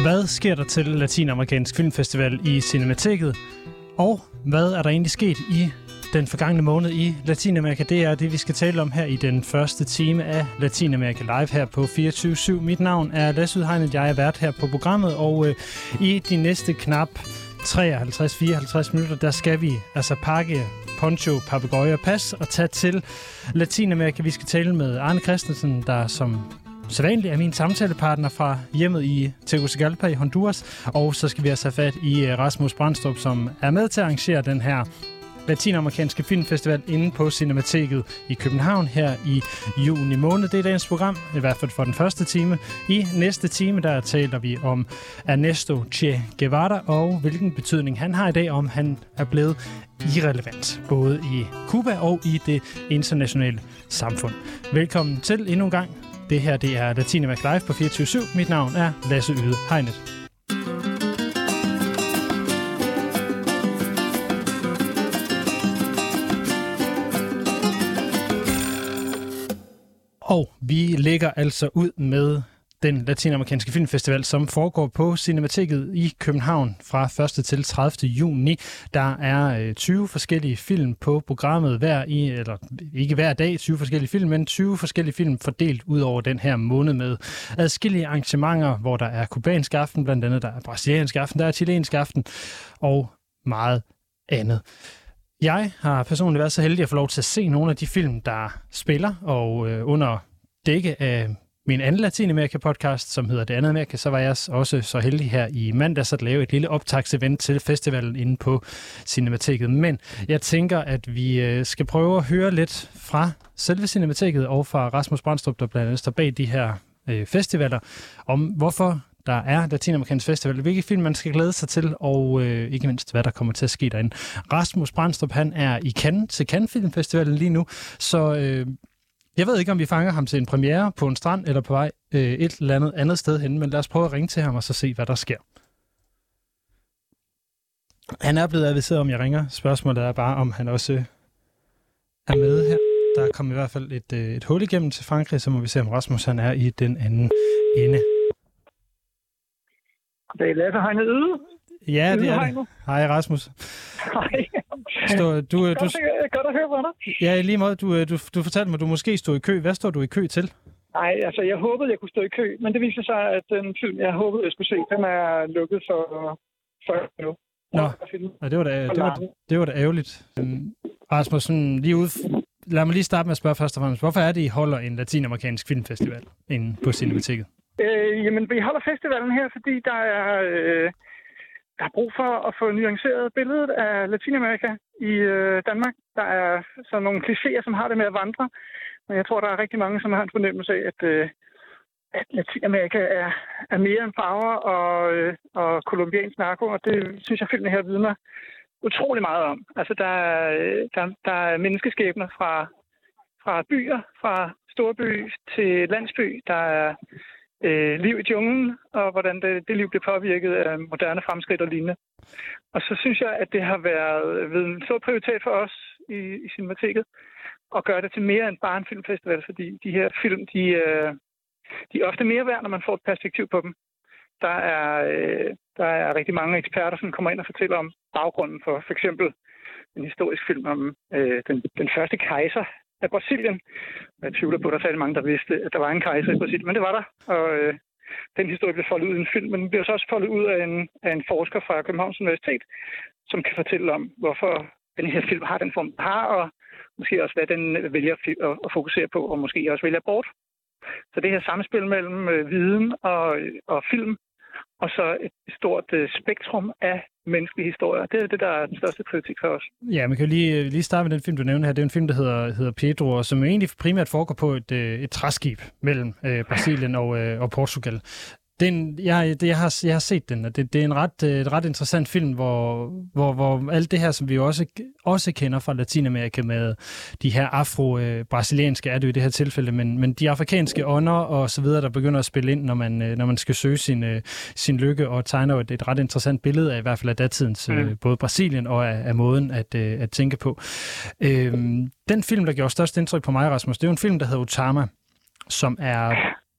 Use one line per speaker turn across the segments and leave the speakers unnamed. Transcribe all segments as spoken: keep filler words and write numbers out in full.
Hvad sker der til Latinamerikansk Filmfestival i Cinemateket? Og hvad er der egentlig sket i den forgangne måned i Latinamerika? Det er det, vi skal tale om her i den første time af Latinamerika Live her på fireogtyve syv. Mit navn er Lasse Udhegnet, jeg er vært her på programmet, og øh, i de næste knap treoghalvtreds til fireoghalvtreds minutter, der skal vi altså pakke poncho, papegøje og pas og tage til Latinamerika. Vi skal tale med Arne Christensen, der som sædvanligt er min samtalepartner fra hjemmet i Tegucigalpa i Honduras. Og så skal vi også have fat i Rasmus Brandstrup, som er med til at arrangere den her latinamerikanske filmfestival inde på Cinemateket i København her i juni måned. Det er dagens program, i hvert fald for den første time. I næste time, der taler vi om Ernesto Che Guevara og hvilken betydning han har i dag, om han er blevet irrelevant, både i Cuba og i det internationale samfund. Velkommen til endnu en gang. Det her, det er Latinamerika Live på fireogtyve syv. Mit navn er Lasse Udhegnet. Og vi lægger altså ud med den latinamerikanske filmfestival, som foregår på Cinemateket i København fra første til tredivte juni. Der er tyve forskellige film på programmet hver i, eller ikke hver dag tyve forskellige film, men tyve forskellige film fordelt ud over den her måned med adskillige arrangementer, hvor der er kubansk aften, blandt andet der er brasiliansk aften, der er chilensk aften og meget andet. Jeg har personligt været så heldig at få lov til at se nogle af de film, der spiller, og øh, under dække af min anden Latinamerika-podcast, som hedder Det Andet Amerika, så var jeg også så heldig her i mandags at lave et lille optagsevent til festivalen inde på Cinemateket. Men jeg tænker, at vi skal prøve at høre lidt fra selve Cinemateket og fra Rasmus Brandstrup, der blandt andet står bag de her øh, festivaler, om hvorfor der er Latinamerikansk Festival, hvilke film man skal glæde sig til, og øh, ikke mindst, hvad der kommer til at ske derinde. Rasmus Brandstrup, han er i Cannes til Cannes Filmfestivalen lige nu, så øh, jeg ved ikke, om vi fanger ham til en premiere på en strand eller på vej øh, et eller andet andet sted hen, men lad os prøve at ringe til ham og så se, hvad der sker. Han er blevet adviseret, om jeg ringer. Spørgsmålet er bare, om han også er med her. Der er kommet i hvert fald et, øh, et hul igennem til Frankrig, så må vi se, om Rasmus han er i den anden ende.
Det er Lasse Heine Yde.
Ja, det er det. Hej, Rasmus.
Hej.
Stå, du,
du,
du,
godt at høre på dig.
Ja, i lige måde. Du, du, du fortalte mig, at du måske stod i kø. Hvad står du i kø til?
Nej, altså jeg håbede, jeg kunne stå i kø, men det viser sig, at den film, jeg håbede, jeg skulle se, den er lukket for, for nu.
Nå, ja, det var da, det var, det var da ærgerligt. Rasmus, sådan lige ud. Lad mig lige starte med at spørge først og fremmest. Hvorfor er det, I holder en latinamerikansk filmfestival inde på Cinemateket?
Øh, jamen, vi holder festivalen her, fordi der er, øh, der er brug for at få nuanceret billedet af Latinamerika i øh, Danmark. Der er sådan nogle klichéer, som har det med at vandre. Men jeg tror, der er rigtig mange, som har en fornemmelse af, at, øh, at Latinamerika er, er mere end farver og, øh, og kolumbiansk narko. Og det synes jeg, filmen her vidner utrolig meget om. Altså, der er, der, der er menneskeskæbner fra, fra byer, fra storby til landsby. Der er Øh, liv i junglen, og hvordan det, det liv bliver påvirket af moderne fremskridt og lignende. Og så synes jeg, at det har været ved en stor prioritet for os i, i Cinemateket at gøre det til mere end bare en filmfestival, fordi de her film, de, øh, de er ofte mere værd, når man får et perspektiv på dem. Der er, øh, der er rigtig mange eksperter, som kommer ind og fortæller om baggrunden for for eksempel en historisk film om øh, den, den første kejser af Brasilien. Jeg tvivler på, at der er mange, der vidste, at der var en kejser i Brasilien, men det var der. Og øh, den historie blev foldet ud i en film, men den blev så også foldet ud af en, af en forsker fra Københavns Universitet, som kan fortælle om, hvorfor den her film har den form, den har, og måske også, hvad den vælger at, at fokusere på, og måske også vælger bort. Så det her samspil mellem øh, viden og, og film, og så et stort øh, spektrum af menneskelige historier. Det er det, der er den største kritik for os.
Ja, man kan jo lige, lige starte med den film, du nævner her. Det er en film, der hedder, hedder Pedro, og som egentlig primært foregår på et, et træskib mellem øh, Brasilien og, øh, og Portugal. Den, jeg, det, jeg, har, jeg har set den, og det, det er en ret, et ret interessant film, hvor, hvor, hvor alt det her, som vi jo også, også kender fra Latinamerika med de her afro-brasilianske, er det jo i det her tilfælde, men, men de afrikanske ånder og så videre, der begynder at spille ind, når man, når man skal søge sin, sin lykke, og tegner et, et ret interessant billede af i hvert fald af datidens mm. både Brasilien og af, af måden at, at tænke på. Øhm, den film, der gjorde størst indtryk på mig, Rasmus, det er jo en film, der hedder Otama, som er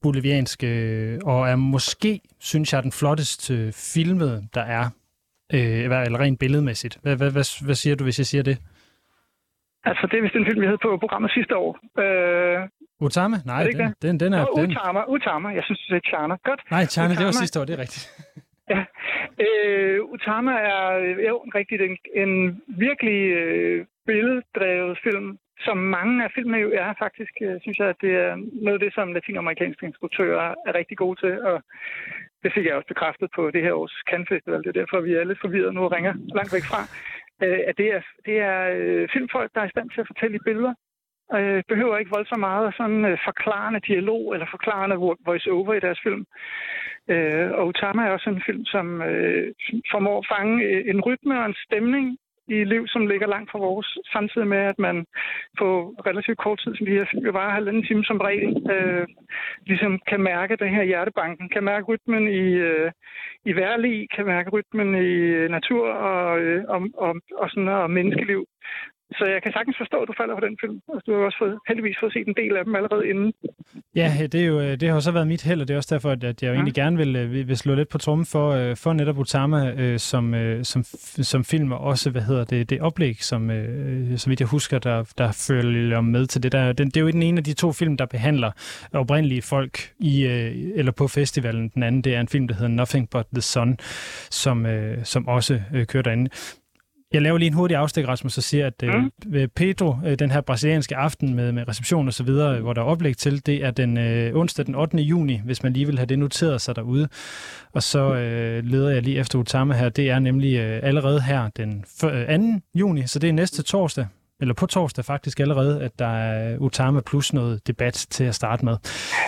boliviansk, øh, og er måske, synes jeg, den flotteste filmet, der er, øh, eller rent billedmæssigt. Hvad, hvad, hvad, hvad siger du, hvis jeg siger det?
Altså, det er vist en film, vi havde på programmet sidste år. Øh,
Utama? Nej, den, den, den, den er...
Nå,
den...
Utama, Utama. Jeg synes, det er Chana. Godt.
Nej, Chana, det var sidste år, det er rigtigt.
Ja. Øh, Utama er jo rigtigt en, en virkelig øh, billeddrevet film, som mange af filmene jo er faktisk, øh, synes jeg, at det er noget af det, som latinamerikanske instruktører er rigtig gode til, og det fik jeg også bekræftet på det her års Cannes Festival. Det er derfor, vi er lidt forvirret nu og ringer langt væk fra. Øh, at det er, det er øh, filmfolk, der er i stand til at fortælle i billeder. Øh, behøver ikke voldsomt meget sådan øh, forklarende dialog eller forklarende voice-over i deres film. Øh, og Utama er også en film, som øh, formår at fange en rytme og en stemning i et liv, som ligger langt fra vores, samtidig med, at man på relativt kort tid, som de her film jo bare halvanden time som regel, øh, ligesom kan mærke den her hjertebanken, kan mærke rytmen i, øh, i hverdag, kan mærke rytmen i natur og, øh, og, og, og, sådan, og menneskeliv. Så jeg kan sagtens forstå, at du falder på den film. Altså, du har også fået, heldigvis fået set en del af dem allerede inden.
Ja, det, er jo, det har jo så været mit held, og det er også derfor, at jeg jo egentlig gerne vil, vil slå lidt på trommen for, for netop Utama som, som, som film, og også, hvad hedder det, det oplæg, som, så vidt jeg husker, der, der følger med til det der. Det er jo den ene af de to film, der behandler oprindelige folk i, eller på festivalen. Den anden, det er en film, der hedder Nothing But The Sun, som, som også kører derinde. Jeg laver lige en hurtig afstik, Rasmus, og siger, at mm. øh, Pedro, øh, den her brasilianske aften med, med reception og så videre, hvor der er oplæg til, det er den øh, onsdag den ottende juni, hvis man lige vil have det noteret sig derude. Og så øh, leder jeg lige efter Utama her. Det er nemlig øh, allerede her den anden juni, så det er næste torsdag, eller på torsdag faktisk allerede, at der er Utama plus noget debat til at starte med.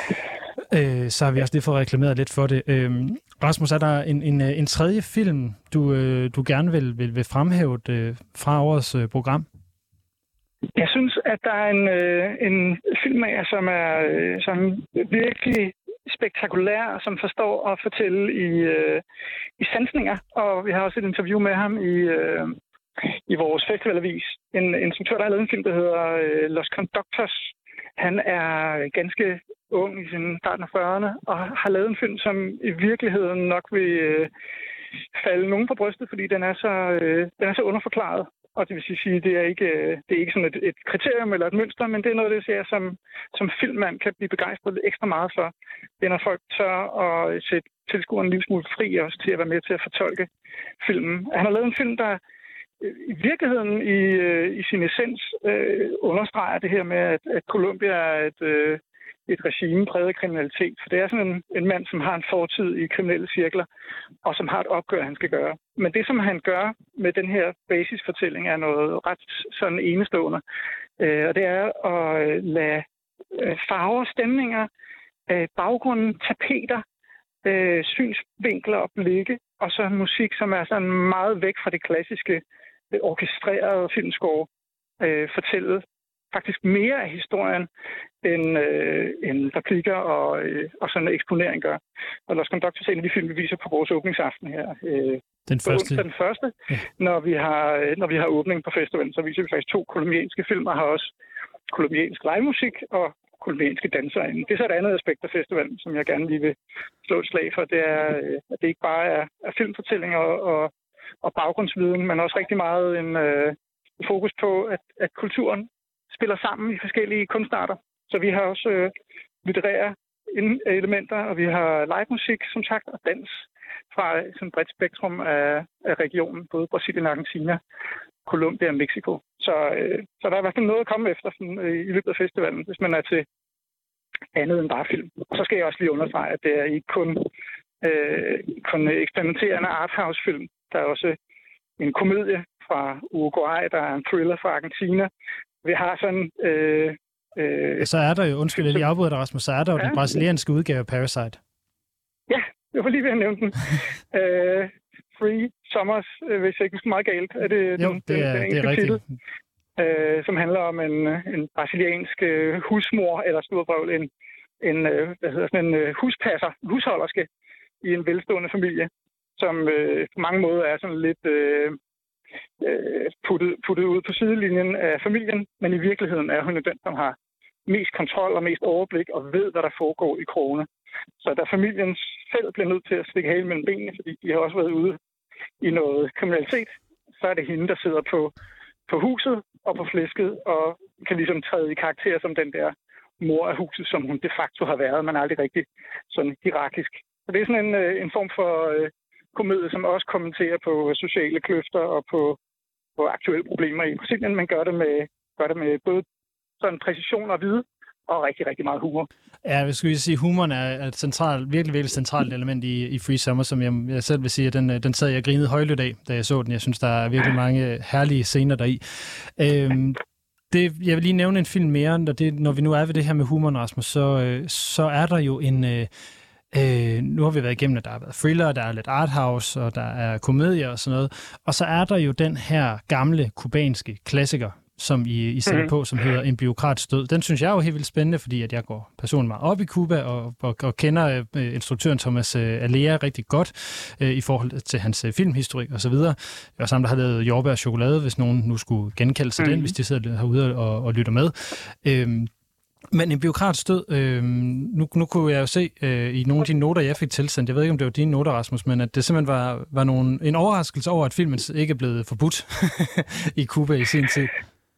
Øh, så har vi også lige fået reklameret lidt for det. Øh, Rasmus, er der en, en, en tredje film, du, øh, du gerne vil, vil, vil fremhæve øh, fra årets øh, program?
Jeg synes, at der er en, øh, en film af jer, som er øh, som virkelig spektakulær, og som forstår at fortælle i, øh, i sansninger. Og vi har også et interview med ham i, øh, i vores festivalavis. En instruktør, der har lavet en film, der hedder øh, Los Conductors. Han er ganske ung i sin starten af fyrrerne, og har lavet en film, som i virkeligheden nok vil øh, falde nogen på brystet, fordi den er så, øh, den er så underforklaret. Og det vil sige, det er ikke, det er ikke sådan et, et kriterium eller et mønster, men det er noget, det jeg som, som filmmand kan blive begejstret lidt ekstra meget for. Det er, når folk tør at sætte tilskueren en lille smule fri også til at være med til at fortolke filmen. Han har lavet en film, der i virkeligheden i, i sin essens øh, understreger det her med, at, at Colombia er et, øh, et regime præget af kriminalitet. For det er sådan en, en mand, som har en fortid i kriminelle cirkler, og som har et opgør, han skal gøre. Men det, som han gør med den her basisfortælling, er noget ret sådan enestående. Øh, og det er at lade farver, stemninger, øh, baggrunden, tapeter, øh, synsvinkler og blikke, og så musik, som er sådan meget væk fra det klassiske øh, orkestrerede filmscore, øh, fortælle faktisk mere af historien, end, øh, end replikker og, øh, og sådan en eksponering gør. Og Los Conductors er en af de film, vi viser på vores åbningsaften her. Øh,
den første.
Den første. Ja. Når, vi har, når vi har åbning på festivalen, så viser vi faktisk to kolumbianske film, og har også kolumbiansk livemusik og kolumbianske dansere inde. Det er så et andet aspekt af festivalen, som jeg gerne lige vil slå et slag for. Det er, at det ikke bare er, er filmfortællinger og, og, og baggrundsviden, men også rigtig meget en øh, fokus på, at, at kulturen spiller sammen i forskellige kunstarter. Så vi har også øh, litterære elementer, og vi har live musik, som sagt, og dans fra sådan et bredt spektrum af, af regionen, både Brasilien, Argentina, Colombia og Mexico. Så, øh, så der er i hvert fald noget at komme efter sådan, øh, i løbet af festivalen, hvis man er til andet end bare film. Og så skal jeg også lige understrege, at det er ikke kun, øh, kun eksperimenterende arthouse-film. Der er også en komedie fra Uruguay, der er en thriller fra Argentina. Vi har sådan... Øh, øh,
så er der jo, undskyld, jeg lige afbryder dig, Rasmus, så er der jo ja. den brasilianske udgave af Parasite.
Ja, jeg var lige ved at nævne den. øh, Free Summers, hvis jeg ikke husker meget galt. Er det
jo,
den,
det er,
den, den
det er rigtigt.
Titel, øh, som handler om en, en brasiliansk øh, husmor, eller storbrøvl, en, en, øh, hvad hedder sådan en øh, huspasser, husholderske i en velstående familie, som øh, på mange måder er sådan lidt øh, puttet, puttet ud på sidelinjen af familien, men i virkeligheden er hun den, som har mest kontrol og mest overblik og ved, hvad der foregår i krogene. Så da familien selv bliver nødt til at stikke halen mellem benene, fordi de har også været ude i noget kriminalitet, så er det hende, der sidder på, på huset og på flæsket og kan ligesom træde i karakter som den der mor af huset, som hun de facto har været, men aldrig rigtig sådan hierarkisk. Så det er sådan en, en form for øh, komedie, som også kommenterer på sociale kløfter og på, på aktuelle problemer i Brasilien, men gør det med, gør det med både sådan præcision og vide, og rigtig, rigtig meget humor.
Ja, jeg skulle sige, humoren er et central, virkelig, virkelig centralt element i, i Free Summer, som jeg, jeg selv vil sige, at den, den sad jeg grinede højlydt af, da jeg så den. Jeg synes, der er virkelig mange herlige scener deri. Øhm, det, jeg vil lige nævne en film mere, når, det, når vi nu er ved det her med humoren, Rasmus, så, øh, så er der jo en... Øh, øh, nu har vi været igennem, at der har været thriller, der er lidt arthouse, og der er komedier og sådan noget. Og så er der jo den her gamle kubanske klassiker, som I, I sætter mm. på, som hedder En bureaukrats død. Den synes jeg er jo helt vildt spændende, fordi at jeg går personligt meget op i Cuba og, og, og kender øh, instruktøren Thomas øh, Alea rigtig godt øh, i forhold til hans øh, filmhistorik og så videre. Jeg var sammen, der har lavet Jordbær og chokolade, hvis nogen nu skulle genkalde sig mm. den, hvis de sidder herude og, og lytter med. Øhm, Men En bureaukrats død, øh, nu, nu kunne jeg jo se øh, i nogle af de noter, jeg fik tilsendt, jeg ved ikke, om det var dine noter, Rasmus, men at det simpelthen var, var nogle, en overraskelse over, at filmen ikke er blevet forbudt i Cuba i sin tid.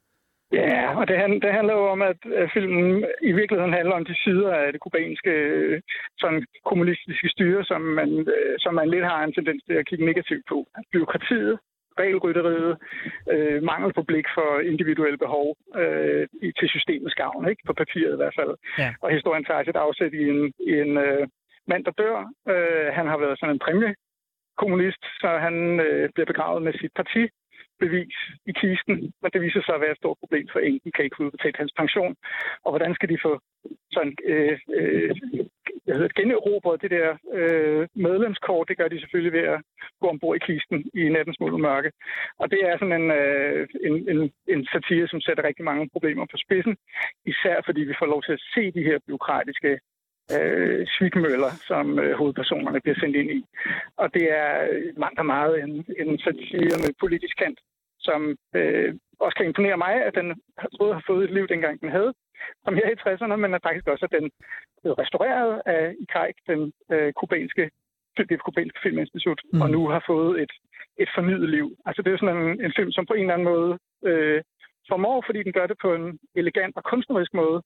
Ja, og det, det handler jo om, at filmen i virkeligheden handler om de sider af det kubanske sådan kommunistiske styre, som man, som man lidt har en tendens til at kigge negativt på. Byråkratiet, regelrytteriet, øh, mangel på blik for individuelle behov øh, til systemets gavn, ikke? På papiret i hvert fald. Ja. Og historien tager sit afsæt i en, i en øh, mand, der dør. Øh, han har været sådan en præmiekommunist, så han øh, bliver begravet med sit parti. Bevis i kisten, men det viser sig at være et stort problem, for enken kan ikke udbetale hans pension. Og hvordan skal de få sådan øh, øh, generobret det der øh, medlemskort? Det gør de selvfølgelig ved at gå ombord i kisten i nattens mulm mørke. Og det er sådan en, øh, en, en, en satire, som sætter rigtig mange problemer på spidsen, især fordi vi får lov til at se de her bureaukratiske Øh, svigmøller, som øh, hovedpersonerne bliver sendt ind i. Og det er mangt og meget en, en satire med politisk kant, som øh, også kan imponere mig, at den både har fået et liv, dengang den havde, som her i tresserne, men at faktisk også, at den blev restaureret af I C A I C, den øh, kubanske, det kubanske filminstitut, mm. og nu har fået et, et fornyet liv. Altså det er sådan en, en film, som på en eller anden måde øh, formår, fordi den gør det på en elegant og kunstnerisk måde,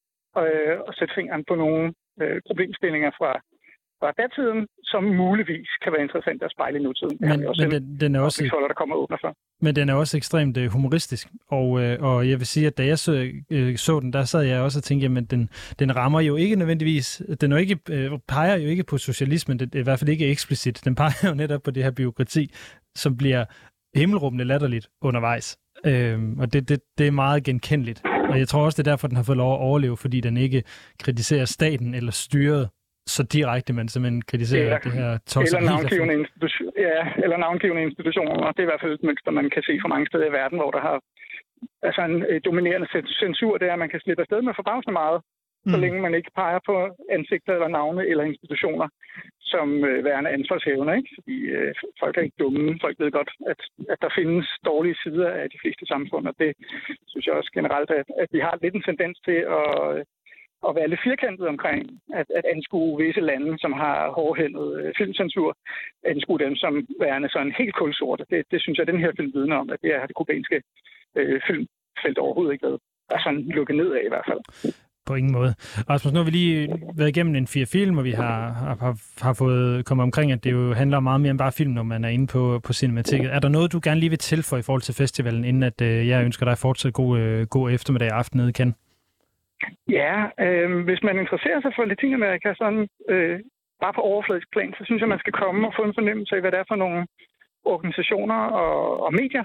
øh, og sætte fingeren på nogle øh, problemstillinger fra, fra datiden, som muligvis kan være interessant at spejle i nutiden.
Men, men den, den er også...
Der kommer åbner for.
Men den er også ekstremt øh, humoristisk, og, øh, og jeg vil sige, at da jeg så, øh, så den, der sad jeg også og tænkte, jamen den, den rammer jo ikke nødvendigvis, den er ikke, øh, peger jo ikke på socialismen, det er i hvert fald ikke eksplicit, den peger jo netop på det her bureaukrati, som bliver himmelråbende latterligt undervejs, øh, og det, det, det er meget genkendeligt. Og jeg tror også, det er derfor, den har fået lov at overleve, fordi den ikke kritiserer staten eller styret så direkte, men simpelthen kritiserer eller, det her tosset.
Eller navngivende, institution, ja, eller navngivende institutioner. Det er i hvert fald et mønster, man kan se for mange steder i verden, hvor der har altså en øh, dominerende censur, det er, at man kan slippe afsted med forbavsende meget, mm. så længe man ikke peger på ansigter eller navne eller institutioner, som øh, værende ansvarshævende. Ikke? Fordi øh, folk er ikke dumme. Folk ved godt, at, at der findes dårlige sider af de fleste samfund, og det synes jeg også generelt, at, at vi har lidt en tendens til at, at være lidt firkantet omkring, at, at anskue visse lande, som har hårdhændet øh, filmcensur, anskue dem som værende sådan helt kulsorte. Det, det synes jeg, at den her film vidner om, at det er det kubanske øh, filmfelt overhovedet ikke været. Der er sådan lukket ned af i hvert fald.
På ingen måde. Rasmus, nu har vi lige været igennem en fire film, og vi har, har, har fået kommet omkring, at det jo handler meget mere end bare film, når man er inde på, på Cinemateket. Er der noget, du gerne lige vil tilføje i forhold til festivalen, inden at øh, jeg ønsker dig fortsat god, øh, god eftermiddag og aften nede i Cannes?
Ja, øh, hvis man interesserer sig for Latinamerika, sådan øh, bare på overfladisk plan, så synes jeg, man skal komme og få en fornemmelse af, hvad det er for nogle organisationer og, og medier,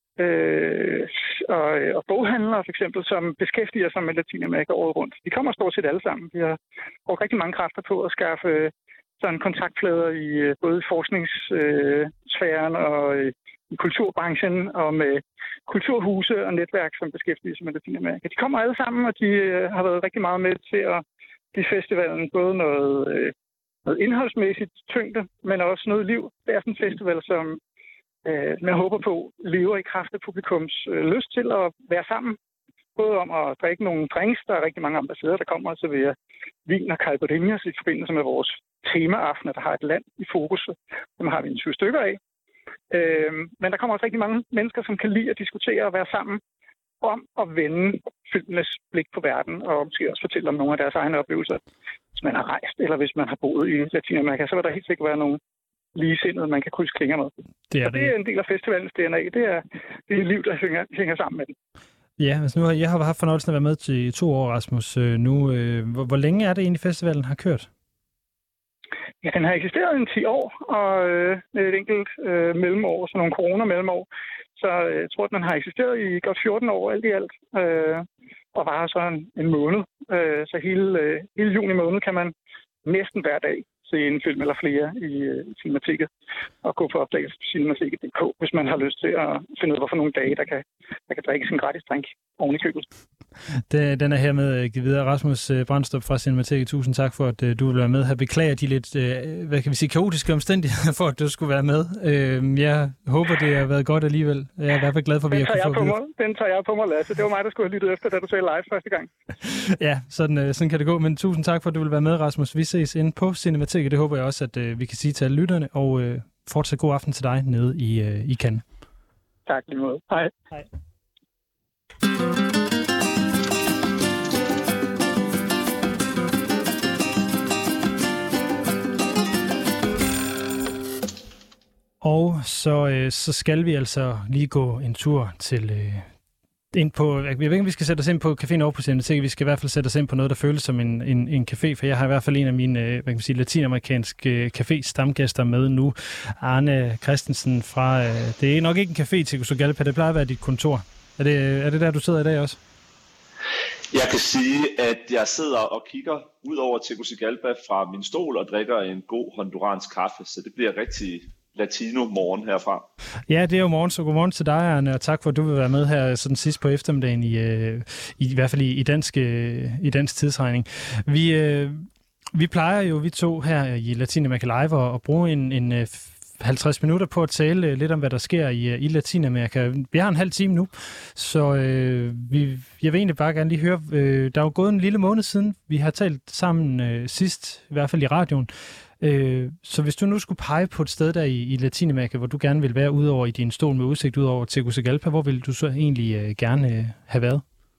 Øh, og, og boghandlere for eksempel, som beskæftiger sig med Latinamerika året rundt. De kommer stort set alle sammen. Vi har brugt rigtig mange kræfter på at skaffe sådan kontaktflader i både forskningssfæren og i kulturbranchen og med kulturhuse og netværk, som beskæftiger sig med Latinamerika. De kommer alle sammen, og de har været rigtig meget med til at give festivalen både noget, noget indholdsmæssigt tyngde, men også noget liv. Det er sådan en festival, som man håber på lever i kraft af publikums øh, lyst til at være sammen både om at drikke nogle drinks. Der er rigtig mange ambassadører, der kommer og serverer vin og caipirinhas i forbindelse med vores temaaftener, der har et land i fokus. Dem har vi en tyve stykker af. Øhm, men der kommer også rigtig mange mennesker, som kan lide at diskutere og være sammen om at vende filmenes blik på verden, og måske også fortælle om nogle af deres egne oplevelser. Hvis man har rejst, eller hvis man har boet i Latinamerika, så vil der helt sikkert være nogle ligesindede, man kan krydse klinger med.
Det er,
og det er en del af festivalens D N A. Det er det er liv, der hænger, hænger sammen med den.
Ja, altså nu har jeg har haft fornøjelsen af at være med til to år, Rasmus. Nu, øh, hvor, hvor længe er det egentlig, festivalen har kørt?
Ja, den har eksisteret i ti år, og øh, et enkelt øh, mellemår, så nogle corona-mellemår. Så øh, jeg tror, at den har eksisteret i godt fjorten år alt i alt, øh, og varer så en, en måned. Øh, så hele, øh, hele juni måned kan man næsten hver dag se en film eller flere i, øh, i Cinemateket, og gå på opdagelse på cinemateket punktum d k, hvis man har lyst til at finde ud af, hvorfor nogle dage, der kan, der kan drikkes en gratis drink oven i købet.
Det, den er hermed givet videre. Rasmus Brandstrup fra Cinemateket, tusind tak for, at uh, du vil være med her. Beklager de lidt, uh, hvad kan vi sige, kaotiske omstændigheder for, at du skulle være med. Uh, jeg håber, det har været godt alligevel. Jeg er i hvert fald glad for, at vi har kunnet få det.
Den tager jeg på mig, Lasse. Det var mig, der skulle have lyttet efter, da du sagde live første gang.
Ja, sådan, uh, sådan kan det gå. Men tusind tak for, at du vil være med, Rasmus. Vi ses inde på Cinemateket. Det håber jeg også, at uh, vi kan sige til alle lytterne. Og uh, fortsat god aften til dig nede i, uh, i Cannes.
Tak lige måde. Hej.
Hej. Og så, øh, så skal vi altså lige gå en tur til øh, ind på, jeg ved ikke, om vi skal sætte os ind på caféen over på Cinemateket. Vi skal i hvert fald sætte os ind på noget, der føles som en, en, en café, for jeg har i hvert fald en af mine øh, hvad kan man sige, latinamerikanske café-stamgæster med nu. Arne Christensen fra, øh, det er nok ikke en café til Tegucigalpa, det plejer at være dit kontor. Er det, er det der, du sidder i dag også?
Jeg kan sige, at jeg sidder og kigger ud over Tegucigalpa fra min stol og drikker en god honduransk kaffe, så det bliver rigtig latino morgen herfra.
Ja, det er jo morgen, så godmorgen til dig, Arne, og tak for, at du vil være med her sådan sidst på eftermiddagen, i, øh, i, i hvert fald i, i, dansk, øh, i dansk tidsregning. Vi, øh, vi plejer jo, vi to her i Latinamerika Live, at bruge en, en halvtreds minutter på at tale lidt om, hvad der sker i, i Latinamerika. Vi har en halv time nu, så øh, vi, jeg vil egentlig bare gerne lige høre, øh, der er jo gået en lille måned siden, vi har talt sammen øh, sidst, i hvert fald i radioen. Øh, så hvis du nu skulle pege på et sted der i, i Latinamerika, hvor du gerne vil være udover i din stol med udsigt ud over Tegucigalpa, hvor vil du så egentlig øh, gerne øh, have været?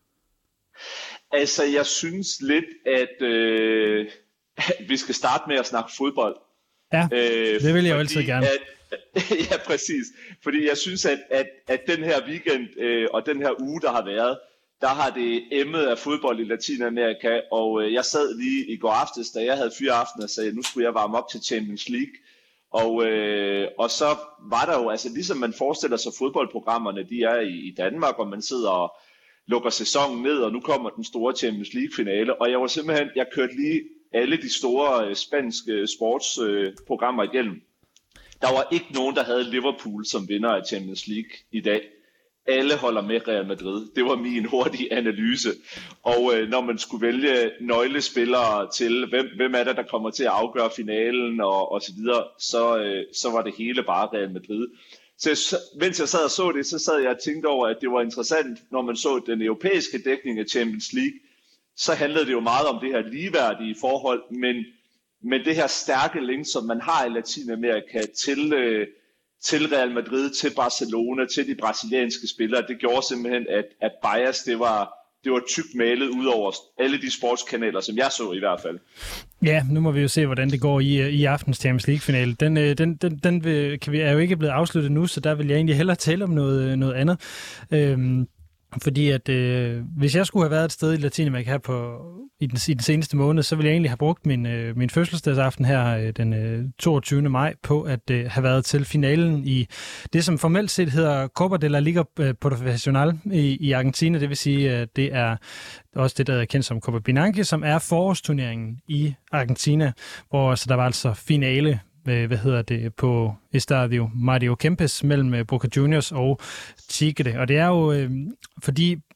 Altså, jeg synes lidt, at øh, vi skal starte med at snakke fodbold.
Ja, øh, det vil jeg jo altid gerne.
At, ja, præcis. Fordi jeg synes, at, at, at den her weekend øh, og den her uge, der har været, der har det emnet af fodbold i Latinamerika, og øh, jeg sad lige i går aftes, da jeg havde fire aftener, og sagde, at nu skulle jeg varme op til Champions League. Og, øh, og så var der jo, altså ligesom man forestiller sig fodboldprogrammerne, de er i, i Danmark, og man sidder og lukker sæsonen ned, og nu kommer den store Champions League-finale. Og jeg var simpelthen, jeg kørte lige alle de store øh, spanske sportsprogrammer øh, igennem. Der var ikke nogen, der havde Liverpool som vinder af Champions League i dag. Alle holder med Real Madrid. Det var min hurtige analyse. Og øh, når man skulle vælge nøglespillere til, hvem, hvem er det, der kommer til at afgøre finalen og, og så videre, så, øh, så var det hele bare Real Madrid. Så jeg, mens jeg sad og så det, så sad jeg og tænkte over, at det var interessant, når man så den europæiske dækning af Champions League, så handlede det jo meget om det her ligeværdige forhold, men, men det her stærke link, som man har i Latinamerika til... Øh, til Real Madrid, til Barcelona, til de brasilianske spillere, det gjorde simpelthen, at, at bias, det var, det var tykt malet ud over alle de sportskanaler, som jeg så i hvert fald.
Ja, nu må vi jo se, hvordan det går i, i aftens Champions League-finale. Den, den, den, den vil, kan vi, er jo ikke blevet afsluttet nu, så der vil jeg egentlig hellere tale om noget, noget andet. Øhm, fordi at øh, hvis jeg skulle have været et sted i Latinamerika her på, i, den, i den seneste måned, så ville jeg egentlig have brugt min, øh, min fødselsdagsaften her øh, den øh, toogtyvende maj på at øh, have været til finalen i det, som formelt set hedder Copa de la Liga Profesional i, i Argentina. Det vil sige, at det er også det, der er kendt som Copa Binanque, som er forårsturneringen i Argentina, hvor så der var altså finale, hvad hedder det, på Estadio Mario Kempes mellem Boca Juniors og Tigre. Og det er jo, øh, fordi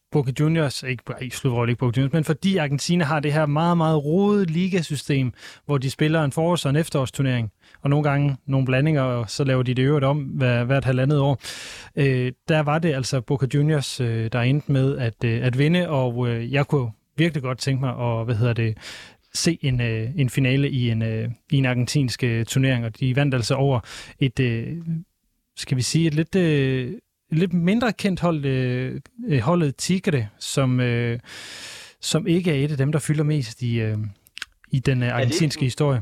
Boca Juniors, ikke, ikke slutrollen, ikke Boca Juniors, men fordi Argentina har det her meget, meget rodet ligasystem, hvor de spiller en forårs- og en efterårsturnering, og nogle gange nogle blandinger, og så laver de det øvrigt om hver, hvert halvandet år. Øh, der var det altså Boca Juniors, øh, der endte med at, øh, at vinde, og øh, jeg kunne virkelig godt tænke mig at, hvad hedder det, se en, øh, en finale i en, øh, i en argentinsk øh, turnering, og de vandt altså over et, øh, skal vi sige, et lidt... Øh, lidt mindre kendt hold, øh, holdet Tigre, som, øh, som ikke er et af dem, der fylder mest i, øh, i den øh, argentinske historie.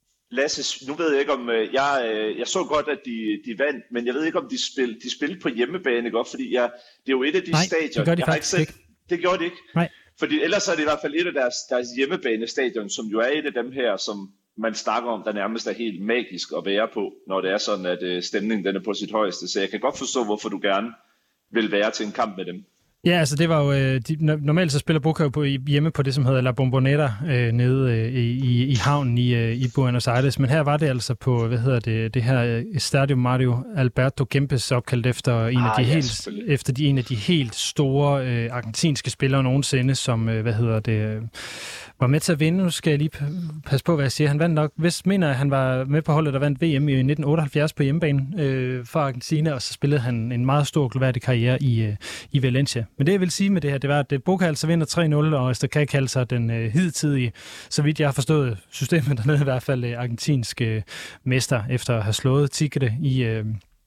Lasse, nu ved jeg ikke om, øh, jeg, øh, jeg så godt, at de, de vandt, men jeg ved ikke, om de spillede de spillede på hjemmebane, ikke? Fordi jeg, det er jo et af de
Nej,
stadion.
det gør de
jeg
faktisk
ikke
ikke.
Set, det gjorde de ikke?
Nej.
Fordi ellers er det i hvert fald et af deres, deres hjemmebanestadion, som jo er et af dem her, som man snakker om, der nærmest er helt magisk at være på, når det er sådan, at øh, stemningen den er på sit højeste. Så jeg kan godt forstå, hvorfor du gerne vil være til en kamp med dem.
Ja, altså det var jo... Øh, de, normalt så spiller Boca jo på, hjemme på det, som hedder La Bombonera, øh, nede øh, i, i havnen i, øh, i Buenos Aires. Men her var det altså på, hvad hedder det, det her øh, Estadio Mario Alberto Kempes, opkaldt efter en, ah, af, de ja, helt, efter de, en af de helt store øh, argentinske spillere nogensinde, som, øh, hvad hedder det... Øh, var med til at vinde. Nu skal jeg lige passe på, hvad jeg siger. Han vandt nok, hvis mener, at han var med på holdet, der vandt V M i nitten otteoghalvfjerds på hjemmebane øh, for Argentina, og så spillede han en meget stor gloværdig karriere i, øh, i Valencia. Men det, jeg vil sige med det her, det var, at Boca altså vinder tre nul, og Estacada kalder sig den øh, hidtidige, så vidt jeg har forstået systemet dernede, i hvert fald øh, argentinsk øh, mester, efter at have slået Tigre i, øh,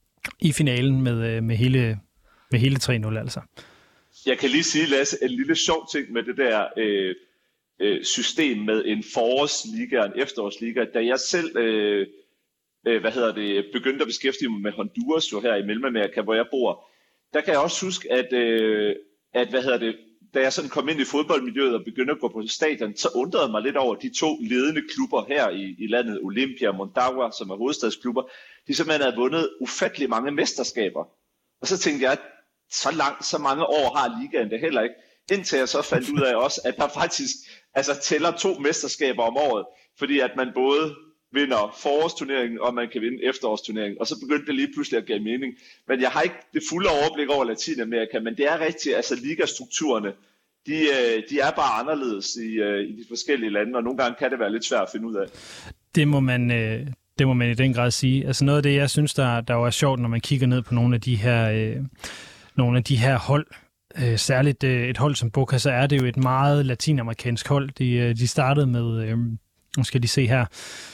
i finalen med, øh, med, hele, med hele tre nul altså. Jeg
kan lige sige, Lasse, en lille sjov ting med det der... Øh system med en forårsliga og en efterårsliga. Da jeg selv øh, øh, hvad hedder det, begyndte at beskæftige mig med Honduras, jo her i Mellemamerika, hvor jeg bor, der kan jeg også huske, at, øh, at hvad hedder det, da jeg sådan kom ind i fodboldmiljøet og begyndte at gå på stadion, så undrede jeg mig lidt over de to ledende klubber her i, i landet, Olimpia og Mondagua, som er hovedstadsklubber, de simpelthen havde vundet ufattelig mange mesterskaber. Og så tænkte jeg, at så langt, så mange år har ligaen det heller ikke. Indtil jeg så fandt ud af også, at der faktisk altså, tæller to mesterskaber om året, fordi at man både vinder forårsturneringen, og man kan vinde efterårsturneringen. Og så begyndte det lige pludselig at give mening. Men jeg har ikke det fulde overblik over Latinamerika, men det er rigtigt, altså ligastrukturerne, de, de er bare anderledes i, i de forskellige lande, og nogle gange kan det være lidt svært at finde ud af.
Det må man, det må man i den grad sige. Altså noget af det, jeg synes, der, der er sjovt, når man kigger ned på nogle af de her, nogle af de her hold, Øh, særligt øh, et hold som Boca, så er det jo et meget latinamerikansk hold. De, øh, de startede med, øh, nu skal de se her,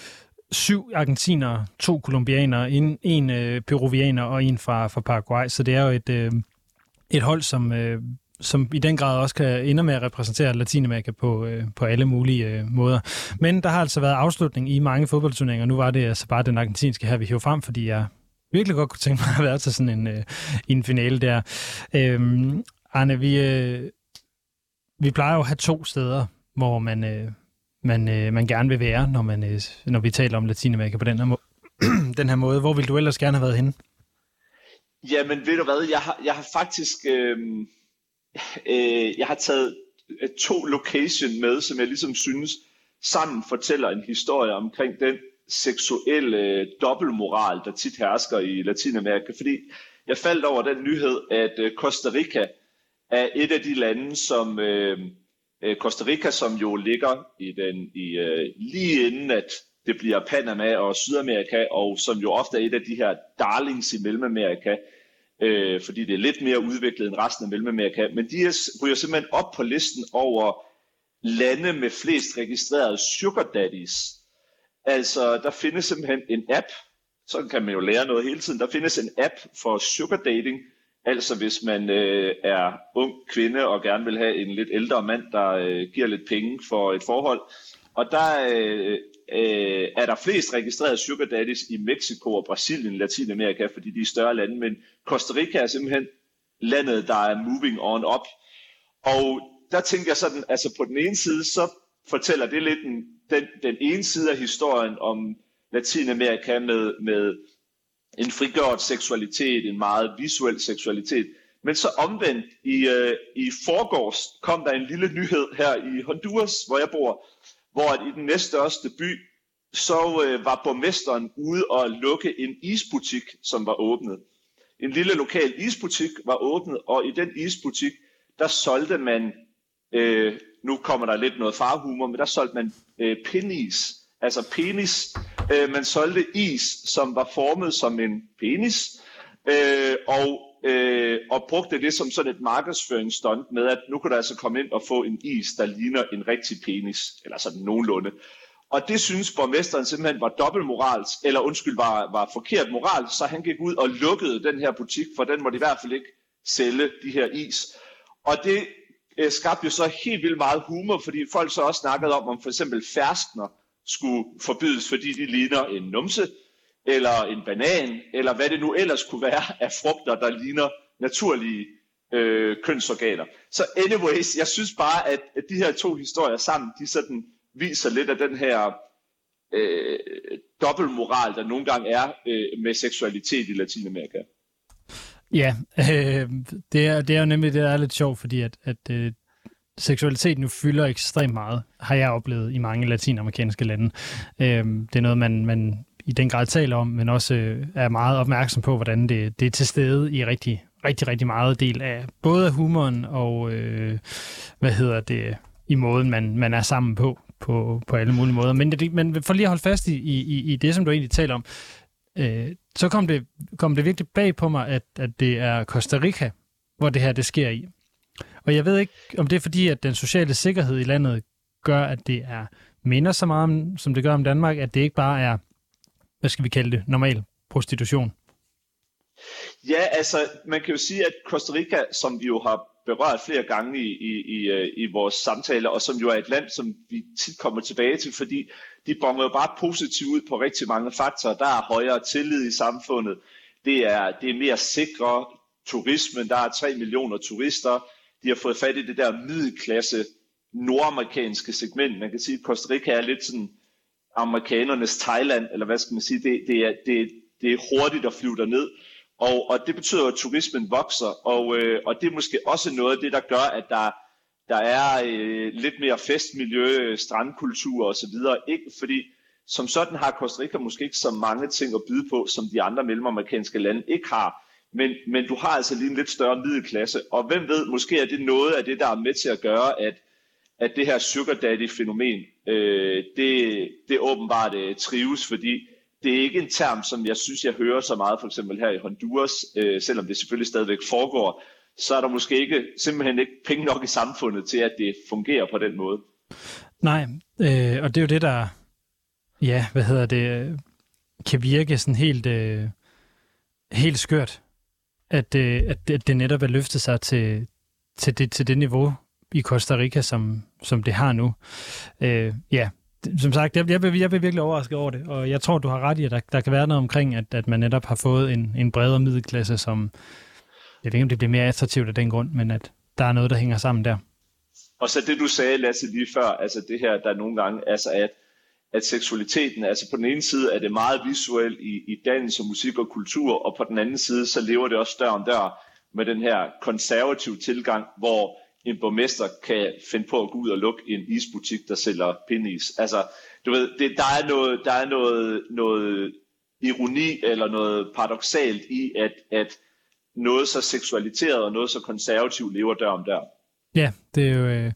syv argentinere, to kolumbianere, en, en øh, peruvianer og en fra, fra Paraguay. Så det er jo et, øh, et hold, som, øh, som i den grad også kan ende med at repræsentere Latinamerika på, øh, på alle mulige øh, måder. Men der har altså været afslutning i mange fodboldturneringer. Nu var det altså bare den argentinske her, vi hæver frem, fordi jeg virkelig godt kunne tænke mig at være til sådan en, øh, en finale der. Øh, Arne, vi, øh, vi plejer jo at have to steder, hvor man, øh, man, øh, man gerne vil være, når, man, øh, når vi taler om Latinamerika på den her, må- den her måde. Hvor ville du ellers gerne have været henne?
Jamen, ved du hvad? Jeg har, jeg har faktisk øh, øh, jeg har taget to location med, som jeg ligesom synes sammen fortæller en historie omkring den seksuelle øh, dobbeltmoral, der tit hersker i Latinamerika. Fordi jeg faldt over den nyhed, at øh, Costa Rica er et af de lande, som øh, Costa Rica, som jo ligger i den i øh, lige inden at det bliver Panama og Sydamerika, og som jo ofte er et af de her darlings i Mellemamerika, øh, fordi det er lidt mere udviklet end resten af Mellemamerika. Men de ryger simpelthen op på listen over lande med flest registrerede sugar daddies. Altså, der findes simpelthen en app, så kan man jo lære noget hele tiden. Der findes en app for sugar dating. Altså hvis man øh, er ung kvinde og gerne vil have en lidt ældre mand, der øh, giver lidt penge for et forhold. Og der øh, øh, er der flest registrerede sugar daddies i Mexico og Brasilien, Latinamerika, fordi de er større lande. Men Costa Rica er simpelthen landet, der er moving on up. Og der tænker jeg sådan, altså på den ene side, så fortæller det lidt en, den, den ene side af historien om Latinamerika med... med en frigjort seksualitet, en meget visuel seksualitet. Men så omvendt, i, øh, i forgårs kom der en lille nyhed her i Honduras, hvor jeg bor, hvor at i den næststørste by, så øh, var borgmesteren ude og lukke en isbutik, som var åbnet. En lille lokal isbutik var åbnet, og i den isbutik, der solgte man, øh, nu kommer der lidt noget farhumor, men der solgte man øh, penis, altså penis. Øh, man solgte is, som var formet som en penis, øh, og, øh, og brugte det som sådan et markedsføringsstunt med, at nu kan du altså komme ind og få en is, der ligner en rigtig penis, eller sådan nogenlunde. Og det synes borgmesteren simpelthen var dobbeltmoralsk, eller undskyld, var, var forkert moral, så han gik ud og lukkede den her butik, for den måtte i hvert fald ikke sælge de her is. Og det øh, skabte jo så helt vildt meget humor, fordi folk så også snakkede om, om for eksempel ferskner skulle forbydes, fordi de ligner en numse, eller en banan, eller hvad det nu ellers kunne være af frugter, der ligner naturlige øh, kønsorganer. Så anyways, jeg synes bare, at, at de her to historier sammen, de sådan viser lidt af den her øh, dobbeltmoral, der nogle gange er øh, med seksualitet i Latinamerika.
Ja, øh, det, er, det er jo nemlig det, der er lidt sjovt, fordi at, at øh, seksualitet nu fylder ekstremt meget, har jeg oplevet i mange latinamerikanske lande. Øh, det er noget, man, man i den grad taler om, men også øh, er meget opmærksom på, hvordan det, det er til stede i rigtig, rigtig, rigtig meget del af både af humoren og, øh, hvad hedder det, i måden, man, man er sammen på. På, på alle mulige måder. Men, det, men for lige at holde fast i, i, i det, som du egentlig taler om, øh, så kom det, kom det virkelig bag på mig, at, at det er Costa Rica, hvor det her det sker i. Og jeg ved ikke, om det er fordi, at den sociale sikkerhed i landet gør, at det er minder så meget, om, som det gør om Danmark, at det ikke bare er, hvad skal vi kalde det, normal prostitution.
Ja, altså, man kan jo sige, at Costa Rica, som vi jo har berørt flere gange i, i, i, i vores samtaler, og som jo er et land, som vi tit kommer tilbage til, fordi de bonger jo bare positivt ud på rigtig mange faktorer. Der er højere tillid i samfundet, det er, det er mere sikre turismen, der er tre millioner turister, de har fået fat i det der middelklasse nordamerikanske segment. Man kan sige, at Costa Rica er lidt sådan amerikanernes Thailand, eller hvad skal man sige, det, det, er, det, det er hurtigt at flyve derned. Og, og det betyder, at turismen vokser, og, øh, og det er måske også noget af det, der gør, at der, der er øh, lidt mere festmiljø, strandkultur osv. Ikke fordi som sådan har Costa Rica måske ikke så mange ting at byde på, som de andre mellemamerikanske lande ikke har. Men, men du har altså lige en lidt større middelklasse, og hvem ved, måske er det noget af det, der er med til at gøre, at, at det her sugar daddy-fænomen, øh, det, det åbenbart øh, trives, fordi det er ikke en term, som jeg synes, jeg hører så meget, for eksempel her i Honduras, øh, selvom det selvfølgelig stadigvæk foregår, så er der måske ikke, simpelthen ikke penge nok i samfundet til, at det fungerer på den måde. Nej,
øh, og det er jo det, der, ja, hvad hedder det, kan virke sådan helt, øh, helt skørt, at, øh, at, at det netop er løftet sig til, til, det, til det niveau i Costa Rica, som, som det har nu. Øh, ja, som sagt, jeg, jeg, bliver, jeg bliver virkelig overrasket over det, og jeg tror, du har ret i, at der, der kan være noget omkring, at, at man netop har fået en, en bredere middelklasse, som, jeg ved ikke, om det bliver mere attraktivt af den grund, men at der er noget, der hænger sammen der.
Og så det, du sagde, Lasse, lige før, altså det her, der nogle gange, altså at, at seksualiteten, altså på den ene side er det meget visuelt i, i dans og musik og kultur, og på den anden side, så lever det også dør om dør med den her konservative tilgang, hvor en borgmester kan finde på at gå ud og lukke en isbutik, der sælger pindis. Altså, du ved, det, der er, noget, der er noget, noget ironi eller noget paradoksalt i, at, at noget så seksualiteret og noget så konservativt lever dør om dør.
Ja, det er jo... Øh...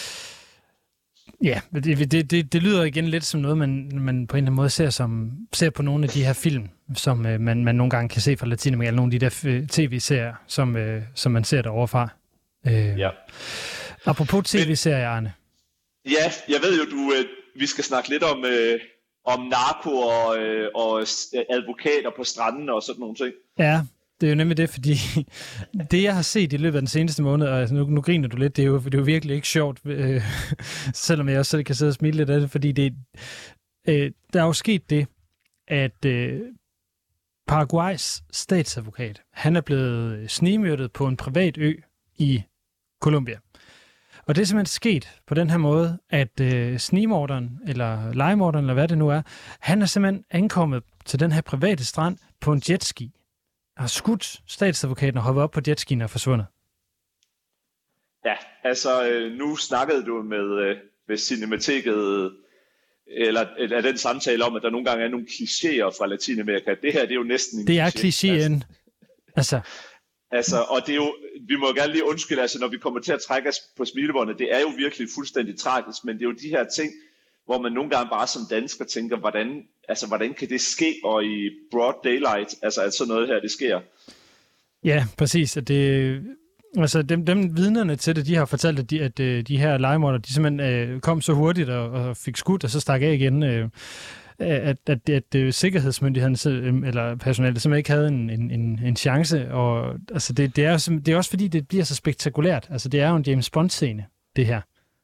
Ja, det, det, det, det lyder igen lidt som noget, man, man på en eller anden måde ser, som, ser på nogle af de her film, som øh, man, man nogle gange kan se fra Latinamerika, eller nogle af de der øh, tv-serier, som, øh, som man ser derovre fra. Øh, ja. Apropos tv-serier, Arne.
Ja, jeg ved jo, du, øh, vi skal snakke lidt om, øh, om narko og, øh, og advokater på stranden og sådan nogle ting.
Ja, det er jo nemlig det, fordi det, jeg har set i løbet af den seneste måned, og altså, nu, nu griner du lidt, det er jo, det er jo virkelig ikke sjovt, øh, selvom jeg også selv kan sidde og smile lidt af det, fordi det, øh, der er jo sket det, at øh, Paraguays statsadvokat, han er blevet snigmyrdet på en privat ø i Colombia. Og det er simpelthen sket på den her måde, at øh, snigmorderen, eller legemorderen, eller hvad det nu er, han er simpelthen ankommet til den her private strand på en jetski, har skudt statsadvokaten og hoppet op på jetskien og forsvundet.
Ja, altså øh, nu snakkede du med, øh, med Cinemateket, eller af den samtale om, at der nogle gange er nogle klichéer fra Latinamerika. Det her, det er jo næsten en
Det er
kliché.
klichéen. Altså,
Altså, og det er jo, vi må gerne lige undskylde, altså når vi kommer til at trække os på smilebåndet, det er jo virkelig fuldstændig tragisk, men det er jo de her ting, hvor man nogle gange bare som dansker tænker, hvordan, altså, hvordan kan det ske, og i broad daylight, altså at sådan noget her, det sker.
Ja, præcis. At det, altså dem, dem vidnerne til det, de har fortalt, at de, at de her legemordere, de simpelthen øh, kom så hurtigt og, og fik skudt, og så stak af igen, øh, at, at, at, at sikkerhedsmyndigheden eller personalet simpelthen ikke havde en, en, en, en chance. Og altså det, det, er, det er også fordi, det bliver så spektakulært. Altså det er jo en James Bond-scene, det her.